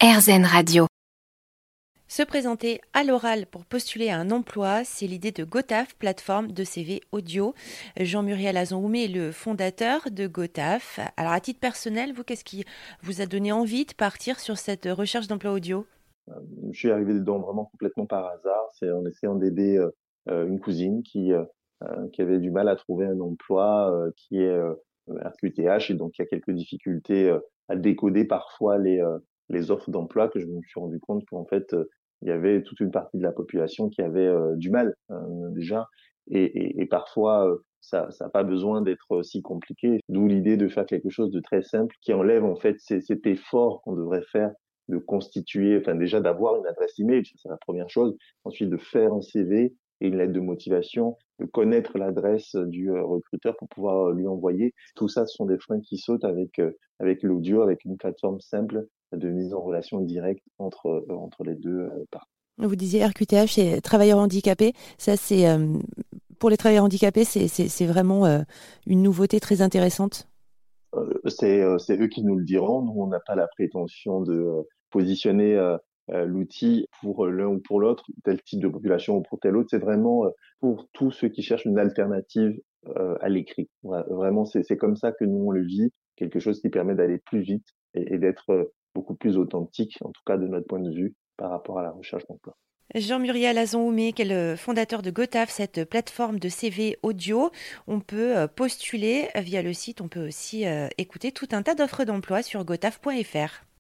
RZN Radio. Se présenter à l'oral pour postuler à un emploi, c'est l'idée de Gotaf, plateforme de CV audio. Jean-Muriel Azonhoumé est le fondateur de Gotaf. Alors à titre personnel, vous, qu'est-ce qui vous a donné envie de partir sur cette recherche d'emploi audio ? Je suis arrivé dedans vraiment complètement par hasard. C'est en essayant d'aider une cousine qui avait du mal à trouver un emploi, qui est RQTH, et donc il y a quelques difficultés à décoder parfois les offres d'emploi, que je me suis rendu compte qu'en fait il y avait toute une partie de la population qui avait du mal déjà, et parfois ça n'a pas besoin d'être si compliqué. D'où l'idée de faire quelque chose de très simple qui enlève en fait cet effort qu'on devrait faire de constituer, enfin déjà d'avoir une adresse email, c'est la première chose. Ensuite de faire un CV et une lettre de motivation, de connaître l'adresse du recruteur pour pouvoir lui envoyer. Tout ça, ce sont des freins qui sautent avec l'audio, avec une plateforme simple de mise en relation directe entre les deux parties. Vous disiez RQTH et travailleurs handicapés. Ça, c'est pour les travailleurs handicapés, c'est vraiment une nouveauté très intéressante. C'est eux qui nous le diront. Nous, on n'a pas la prétention de positionner l'outil pour l'un ou pour l'autre, tel type de population ou pour tel autre. C'est vraiment pour tous ceux qui cherchent une alternative à l'écrit. Vraiment, c'est comme ça que nous, on le vit, quelque chose qui permet d'aller plus vite et d'être beaucoup plus authentique, en tout cas de notre point de vue, par rapport à la recherche d'emploi. Jean-Muriel Azonhoumé, qui est le fondateur de Gotaf, cette plateforme de CV audio. On peut postuler via le site, on peut aussi écouter tout un tas d'offres d'emploi sur gotaf.fr.